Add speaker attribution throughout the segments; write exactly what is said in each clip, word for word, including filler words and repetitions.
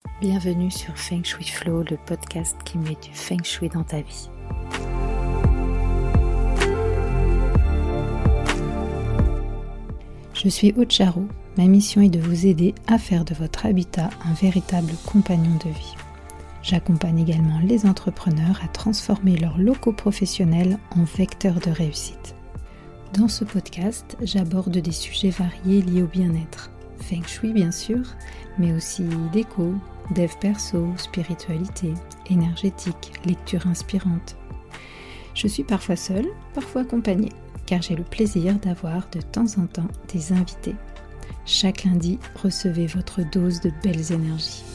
Speaker 1: Bienvenue sur Feng Shui Flow, le podcast qui met du Feng Shui dans ta vie. Je suis Aude Charot. Ma mission est de vous aider à faire de votre habitat un véritable compagnon de vie. J'accompagne également les entrepreneurs à transformer leurs locaux professionnels en vecteurs de réussite. Dans ce podcast, j'aborde des sujets variés liés au bien-être. Feng Shui bien sûr, mais aussi déco, dev perso, spiritualité, énergétique, lecture inspirante. Je suis parfois seule, parfois accompagnée, car j'ai le plaisir d'avoir de temps en temps des invités. Chaque lundi, recevez votre dose de belles énergies.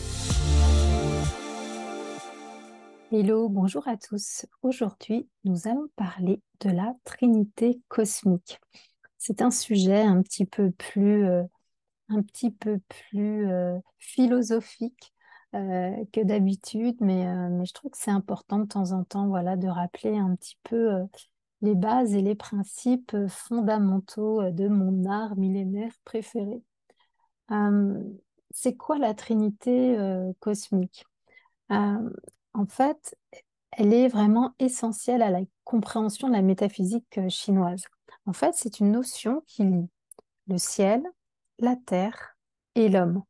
Speaker 1: Hello, bonjour à tous. Aujourd'hui, nous allons parler de la Trinité cosmique. C'est un sujet un petit peu plus, euh, un petit peu plus euh, philosophique euh, que d'habitude, mais, euh, mais je trouve que c'est important de temps en temps, voilà, de rappeler un petit peu euh, les bases et les principes fondamentaux de mon art millénaire préféré. Euh, c'est quoi la Trinité euh, cosmique? Euh, En fait, elle est vraiment essentielle à la compréhension de la métaphysique euh, chinoise. En fait, c'est une notion qui lie le ciel, la terre et l'homme.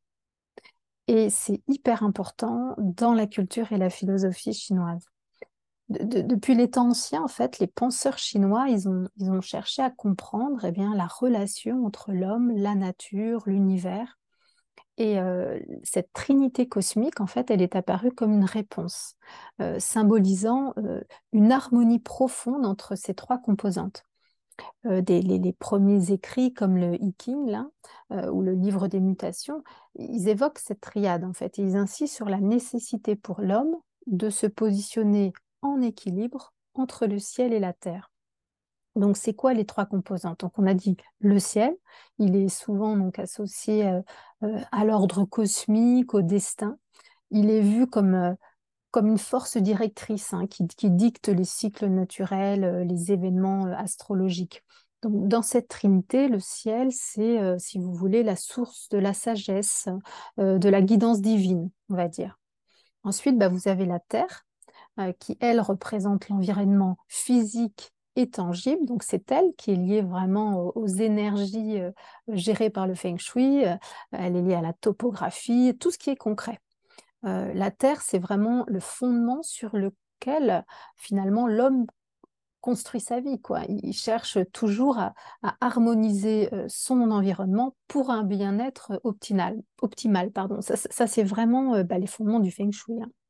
Speaker 1: Et c'est hyper important dans la culture et la philosophie chinoise. De- de- depuis les temps anciens, en fait, les penseurs chinois, ils ont, ils ont cherché à comprendre eh bien, la relation entre l'homme, la nature, l'univers. Et euh, cette trinité cosmique, en fait, elle est apparue comme une réponse, euh, symbolisant euh, une harmonie profonde entre ces trois composantes. Euh, des, les, les premiers écrits comme le I Ching là, euh, ou le livre des mutations, ils évoquent cette triade, en fait. Ils insistent sur la nécessité pour l'homme de se positionner en équilibre entre le ciel et la terre. Donc, c'est quoi les trois composantes? Donc, on a dit le ciel, il est souvent donc associé euh, euh, à l'ordre cosmique, au destin. Il est vu comme, euh, comme une force directrice hein, qui, qui dicte les cycles naturels, euh, les événements euh, astrologiques. Donc, dans cette trinité, le ciel, c'est, euh, si vous voulez, la source de la sagesse, euh, de la guidance divine, on va dire. Ensuite, bah, vous avez la terre euh, qui, elle, représente l'environnement physique et tangible. Donc, c'est elle qui est liée vraiment aux, aux énergies euh, gérées par le Feng Shui. Euh, elle est liée à la topographie, tout ce qui est concret. Euh, la Terre, c'est vraiment le fondement sur lequel, finalement, l'homme construit sa vie, quoi. Il cherche toujours à, à harmoniser euh, son environnement pour un bien-être optimal. optimal pardon. Ça, ça, ça, c'est vraiment euh, bah, les fondements du Feng Shui, hein.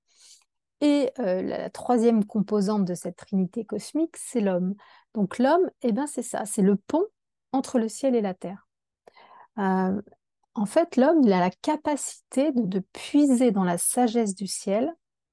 Speaker 1: Et euh, la, la troisième composante de cette trinité cosmique, c'est l'homme. Donc l'homme, eh ben, c'est ça, c'est le pont entre le ciel et la terre. Euh, en fait, l'homme, il a la capacité de, de puiser dans la sagesse du ciel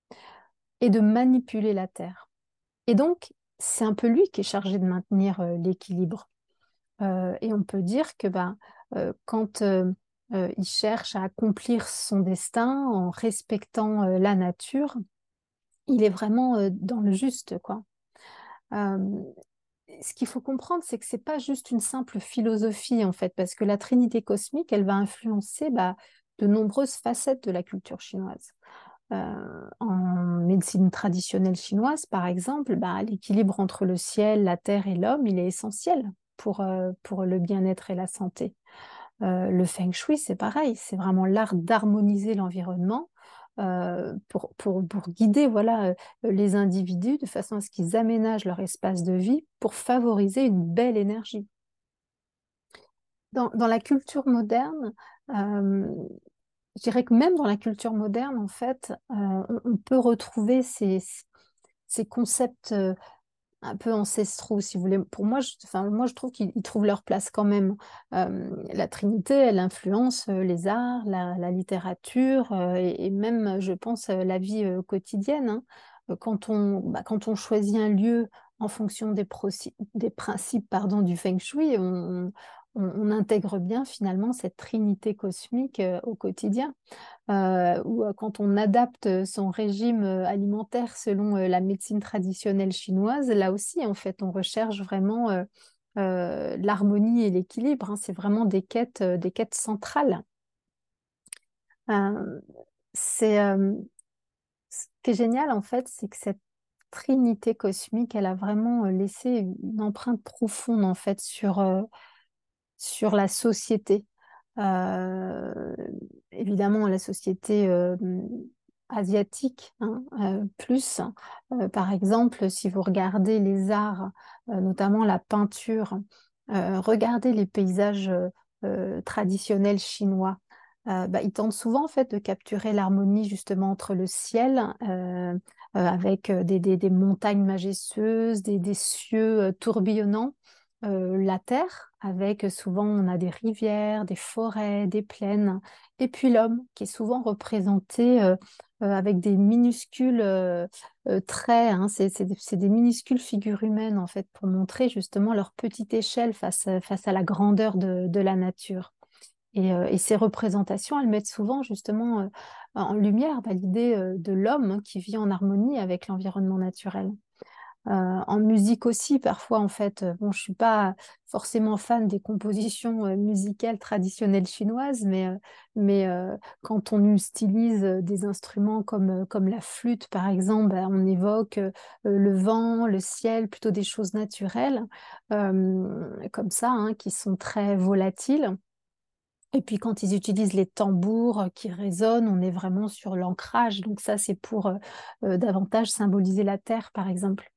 Speaker 1: et de manipuler la terre. Et donc, c'est un peu lui qui est chargé de maintenir euh, l'équilibre. Euh, et on peut dire que ben, euh, quand euh, euh, il cherche à accomplir son destin en respectant euh, la nature, il est vraiment euh, dans le juste, quoi. Euh, Ce qu'il faut comprendre, c'est que c'est pas juste une simple philosophie, en fait, parce que la trinité cosmique, elle va influencer bah, de nombreuses facettes de la culture chinoise. Euh, en médecine traditionnelle chinoise, par exemple, bah, l'équilibre entre le ciel, la terre et l'homme, il est essentiel pour, euh, pour le bien-être et la santé. Euh, le feng shui, c'est pareil, c'est vraiment l'art d'harmoniser l'environnement euh, pour, pour, pour guider voilà, euh, les individus de façon à ce qu'ils aménagent leur espace de vie pour favoriser une belle énergie. Dans, dans la culture moderne, euh, je dirais que même dans la culture moderne, en fait, euh, on, on peut retrouver ces, ces concepts euh, un peu ancestraux, si vous voulez. Pour moi, je, enfin, moi, je trouve qu'ils ils trouvent leur place quand même. Euh, la Trinité, elle influence euh, les arts, la, la littérature euh, et, et même, je pense, euh, la vie euh, quotidienne, hein. Euh, Quand on, bah, quand on choisit un lieu en fonction des, proci- des principes pardon, du Feng Shui, on, on- on intègre bien finalement cette trinité cosmique euh, au quotidien euh, ou euh, quand on adapte son régime euh, alimentaire selon euh, la médecine traditionnelle chinoise, là aussi, en fait, on recherche vraiment euh, euh, l'harmonie et l'équilibre, hein. C'est vraiment des quêtes, euh, des quêtes centrales. Euh, c'est euh, ce qui est génial en fait, c'est que cette trinité cosmique, elle a vraiment euh, laissé une empreinte profonde en fait sur, euh, sur la société. Euh, Évidemment, la société euh, asiatique, hein, euh, plus. Euh, par exemple, si vous regardez les arts, euh, notamment la peinture, euh, regardez les paysages euh, traditionnels chinois. Euh, bah, ils tentent souvent en fait de capturer l'harmonie justement entre le ciel, euh, euh, avec euh, des, des- des montagnes majestueuses, des, des cieux euh, tourbillonnants, euh, la terre, avec souvent on a des rivières, des forêts, des plaines, et puis l'homme qui est souvent représenté euh, euh, avec des minuscules euh, euh, traits, hein. C'est, c'est des c'est des minuscules figures humaines en fait pour montrer justement leur petite échelle face, à- face à la grandeur de, de la nature. Et, euh, et ces représentations, elles mettent souvent justement euh, en lumière bah, l'idée euh, de l'homme hein, qui vit en harmonie avec l'environnement naturel. Euh, en musique aussi, parfois, en fait, euh, bon, je suis pas forcément fan des compositions euh, musicales traditionnelles chinoises, mais, euh, mais euh, quand on utilise euh, des instruments comme, euh, comme la flûte, par exemple, ben, on évoque euh, le vent, le ciel, plutôt des choses naturelles, euh, comme ça, hein, qui sont très volatiles. Et puis quand ils utilisent les tambours euh, qui résonnent, on est vraiment sur l'ancrage. Donc ça, c'est pour euh, euh, davantage symboliser la terre, par exemple.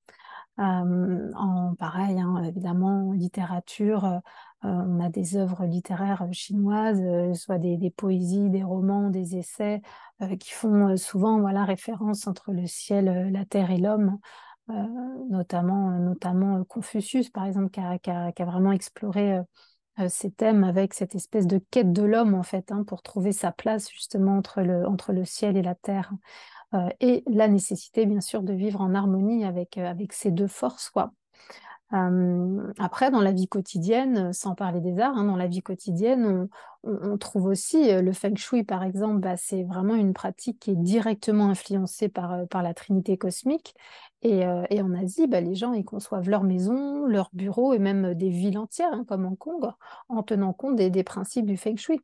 Speaker 1: Euh, en pareil, hein, évidemment, en littérature, euh, euh, on a des œuvres littéraires euh, chinoises, euh, soit des, des poésies, des romans, des essais, euh, qui font euh, souvent voilà, référence entre le ciel, euh, la terre et l'homme. Euh, notamment, notamment euh, Confucius, par exemple, qui a, qui a- qui a vraiment exploré euh, euh, ces thèmes avec cette espèce de quête de l'homme, en fait, hein, pour trouver sa place justement entre le, entre le ciel et la terre. Euh, et la nécessité, bien sûr, de vivre en harmonie avec, euh, avec ces deux forces, quoi. Euh, après, dans la vie quotidienne, sans parler des arts, hein, dans la vie quotidienne, on, on- on trouve aussi euh, le feng shui, par exemple, bah, c'est vraiment une pratique qui est directement influencée par, euh, par la trinité cosmique. Et, euh, et en Asie, bah, les gens, ils conçoivent leur maison, leurs bureaux et même des villes entières, hein, comme Hong Kong, en tenant compte des, des principes du feng shui.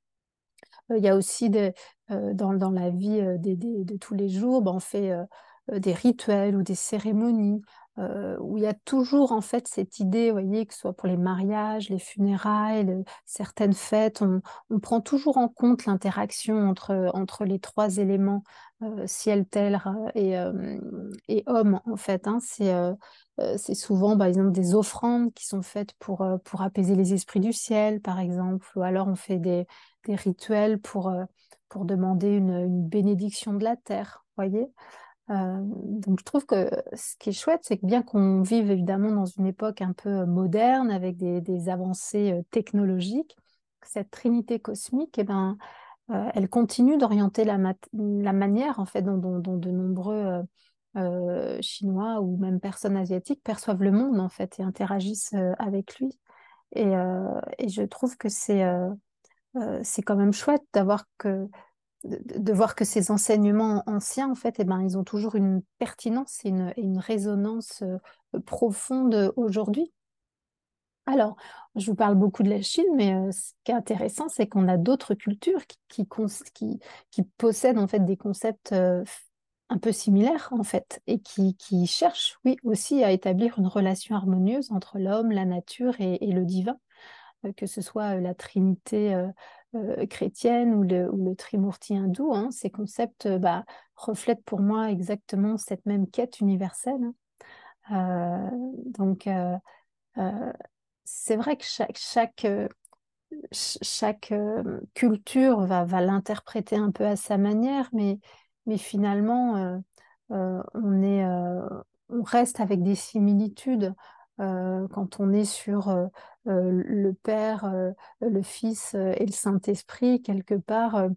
Speaker 1: Euh, Il y a aussi des, euh, dans, dans la vie euh, des- des- de tous les jours, ben, on fait euh, euh, des rituels ou des cérémonies euh, où il y a toujours en fait cette idée, vous voyez, que ce soit pour les mariages, les funérailles, le- certaines fêtes, on, on prend toujours en compte l'interaction entre, entre les trois éléments, euh, ciel, terre euh, et, euh, et homme en fait, hein. C'est euh, euh, c'est souvent par exemple des offrandes qui sont faites pour, euh, pour apaiser les esprits du ciel, par exemple, ou alors on fait des des rituels pour, euh, pour demander une, une bénédiction de la terre, voyez. Euh, donc je trouve que ce qui est chouette, c'est que bien qu'on vive évidemment dans une époque un peu moderne avec des, des avancées euh, technologiques, cette trinité cosmique, eh ben, euh, elle continue d'orienter la, mat- la manière en fait dont, dont- dont de nombreux euh, euh, Chinois ou même personnes asiatiques perçoivent le monde en fait et interagissent euh, avec lui. Et, euh, et je trouve que c'est euh, euh, c'est quand même chouette d'avoir que, de, de voir que ces enseignements anciens, en fait, eh ben, ils ont toujours une pertinence et une, et une résonance euh, profonde aujourd'hui. Alors, je vous parle beaucoup de la Chine, mais euh, ce qui est intéressant, c'est qu'on a d'autres cultures qui, qui, cons- qui, qui possèdent en fait des concepts euh, un peu similaires en fait, et qui, qui cherchent, oui, aussi à établir une relation harmonieuse entre l'homme, la nature et, et le divin euh, que ce soit euh, la Trinité euh, euh, chrétienne ou le, ou le Trimurti hindou, hein, ces concepts euh, bah, reflètent pour moi exactement cette même quête universelle, hein. Euh, donc, euh, euh, c'est vrai que chaque, chaque, euh, ch- chaque euh, culture va, va l'interpréter un peu à sa manière, mais, mais finalement, euh, euh, on est, euh, on reste avec des similitudes euh, quand on est sur euh, euh, le Père, euh, le Fils euh, et le Saint-Esprit, quelque part. euh,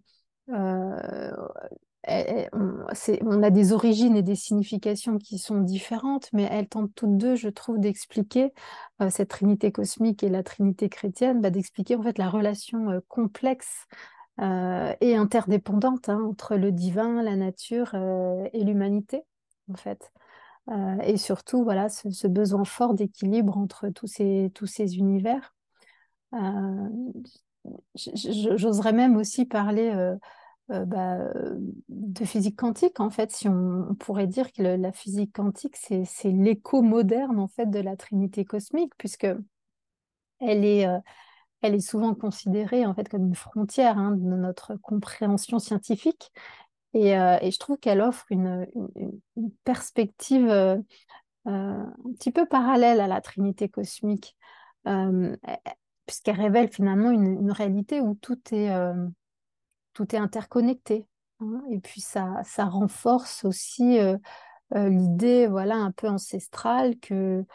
Speaker 1: euh, elles- on, c'est- on a des origines et des significations qui sont différentes, mais elles tentent toutes deux, je trouve, d'expliquer euh, cette trinité cosmique et la trinité chrétienne, bah, d'expliquer en fait la relation euh, complexe euh, et interdépendante hein, entre le divin, la nature euh, et l'humanité, en fait. Euh, et surtout, voilà, ce, ce besoin fort d'équilibre entre tous ces, tous ces univers. Euh, j- j- J'oserais même aussi parler. euh, euh, bah, euh, de physique quantique, en fait, si on, on pourrait dire que le- la physique quantique, c'est, c'est l'écho moderne, en fait, de la Trinité cosmique, puisque elle est, euh, elle est souvent considérée, en fait, comme une frontière, hein, de notre compréhension scientifique. Et, euh, et je trouve qu'elle offre une, une- une perspective euh, euh, un petit peu parallèle à la Trinité cosmique, euh, puisqu'elle révèle finalement une, une réalité où tout est, euh, tout est interconnecté, hein. Et puis ça, ça renforce aussi euh, euh, l'idée, voilà, un peu ancestrale que,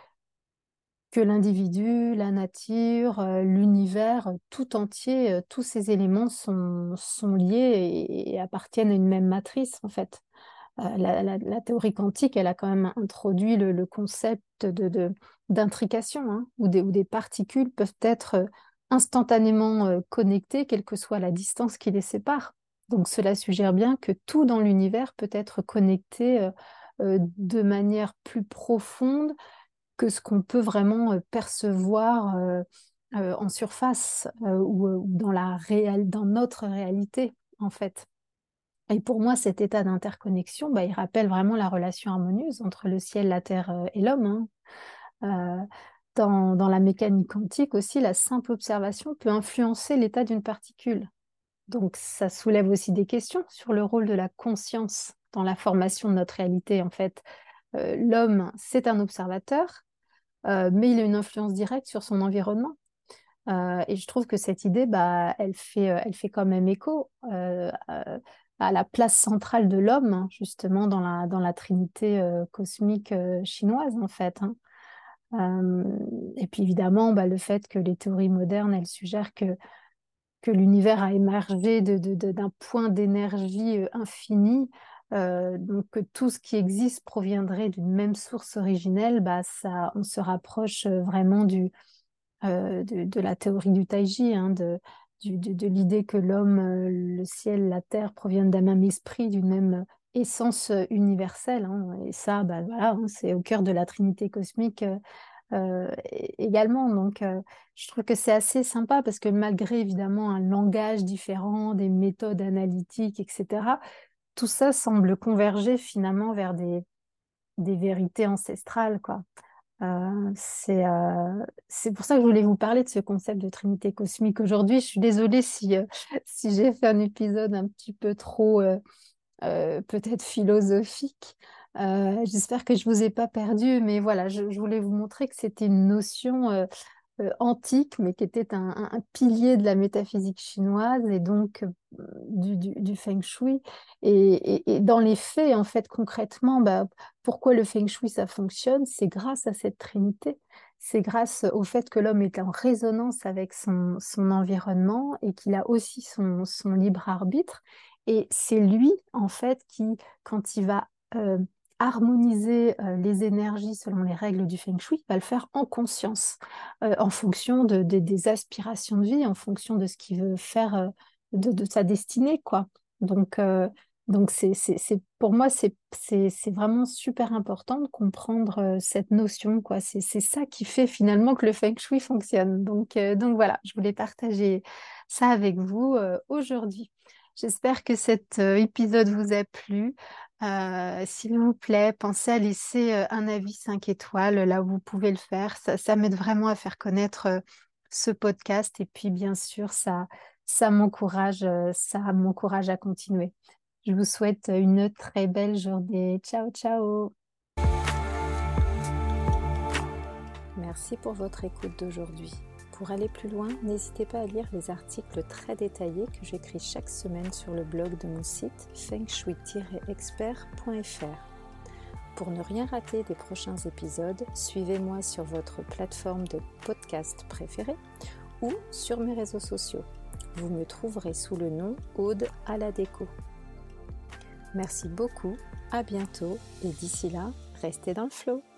Speaker 1: que l'individu, la nature, euh, l'univers euh, tout entier, euh, tous ces éléments sont, sont liés et, et appartiennent à une même matrice, en fait. Euh, la, la- la théorie quantique, elle a quand même introduit le, le concept de, de- d'intrication, hein, où des, où des particules peuvent être euh, instantanément euh, connectées, quelle que soit la distance qui les sépare. Donc cela suggère bien que tout dans l'univers peut être connecté euh, euh, de manière plus profonde que ce qu'on peut vraiment euh, percevoir euh, euh, en surface euh, ou, euh, ou dans la réelle, dans notre réalité, en fait. Et pour moi, cet état d'interconnexion, bah, il rappelle vraiment la relation harmonieuse entre le ciel, la terre euh, et l'homme, hein. Euh, dans, dans la mécanique quantique aussi, la simple observation peut influencer l'état d'une particule. Donc, ça soulève aussi des questions sur le rôle de la conscience dans la formation de notre réalité. En fait, Euh, l'homme, c'est un observateur, euh, mais il a une influence directe sur son environnement. Euh, et je trouve que cette idée, bah, elle fait, euh, elle fait quand même écho euh, à, à la place centrale de l'homme, hein, justement, dans la, dans la trinité euh, cosmique euh, chinoise, en fait, hein. Euh, et puis évidemment, bah, le fait que les théories modernes, elles suggèrent que, que l'univers a émergé de, de- de- d'un point d'énergie euh, infini, euh, donc que tout ce qui existe proviendrait d'une même source originelle, bah, ça, on se rapproche euh, vraiment du euh, de, de la théorie du Taiji, hein, de, du- de, de l'idée que l'homme, euh, le ciel, la terre proviennent d'un même esprit, d'une même essence euh, universelle, hein. Et ça, bah, voilà, hein, c'est au cœur de la Trinité cosmique euh, euh, également. Donc, euh, je trouve que c'est assez sympa parce que malgré évidemment un langage différent, des méthodes analytiques, et cetera, tout ça semble converger finalement vers des, des vérités ancestrales, quoi. Euh, c'est euh, c'est pour ça que je voulais vous parler de ce concept de Trinité cosmique aujourd'hui. Je suis désolée si, euh, si j'ai fait un épisode un petit peu trop euh, euh, peut-être philosophique. Euh, j'espère que je vous ai pas perdu, mais voilà, je, je voulais vous montrer que c'était une notion euh, euh, antique, mais qui était un, un- un pilier de la métaphysique chinoise et donc euh, du, du- du feng shui. Et, et- et dans les faits, en fait, concrètement, bah, pourquoi le feng shui, ça fonctionne? C'est grâce à cette trinité. C'est grâce au fait que l'homme est en résonance avec son, son environnement et qu'il a aussi son, son libre arbitre. Et c'est lui, en fait, qui, quand il va euh, harmoniser euh, les énergies selon les règles du feng shui, va le faire en conscience euh, en fonction de, de- des aspirations de vie, en fonction de ce qu'il veut faire euh, de, de sa destinée, quoi. Donc, euh, donc c'est, c'est, c'est- pour moi, c'est, c'est, c'est vraiment super important de comprendre euh, cette notion, quoi. C'est, c'est ça qui fait finalement que le Feng Shui fonctionne. Donc, euh, donc voilà, je voulais partager ça avec vous euh, aujourd'hui. J'espère que cet euh, épisode vous a plu. Euh, s'il vous plaît, pensez à laisser euh, un avis cinq étoiles là où vous pouvez le faire. Ça, ça m'aide vraiment à faire connaître euh, ce podcast et puis bien sûr, ça, ça m'encourage, euh, ça m'encourage à continuer. Je vous souhaite une très belle journée. Ciao, ciao. Merci pour votre écoute d'aujourd'hui. Pour aller plus loin, n'hésitez pas à lire les articles très détaillés que j'écris chaque semaine sur le blog de mon site feng shui tiret expert point f r. Pour ne rien rater des prochains épisodes, suivez-moi sur votre plateforme de podcast préférée ou sur mes réseaux sociaux. Vous me trouverez sous le nom Aude à la déco. Merci beaucoup, à bientôt et d'ici là, restez dans le flow.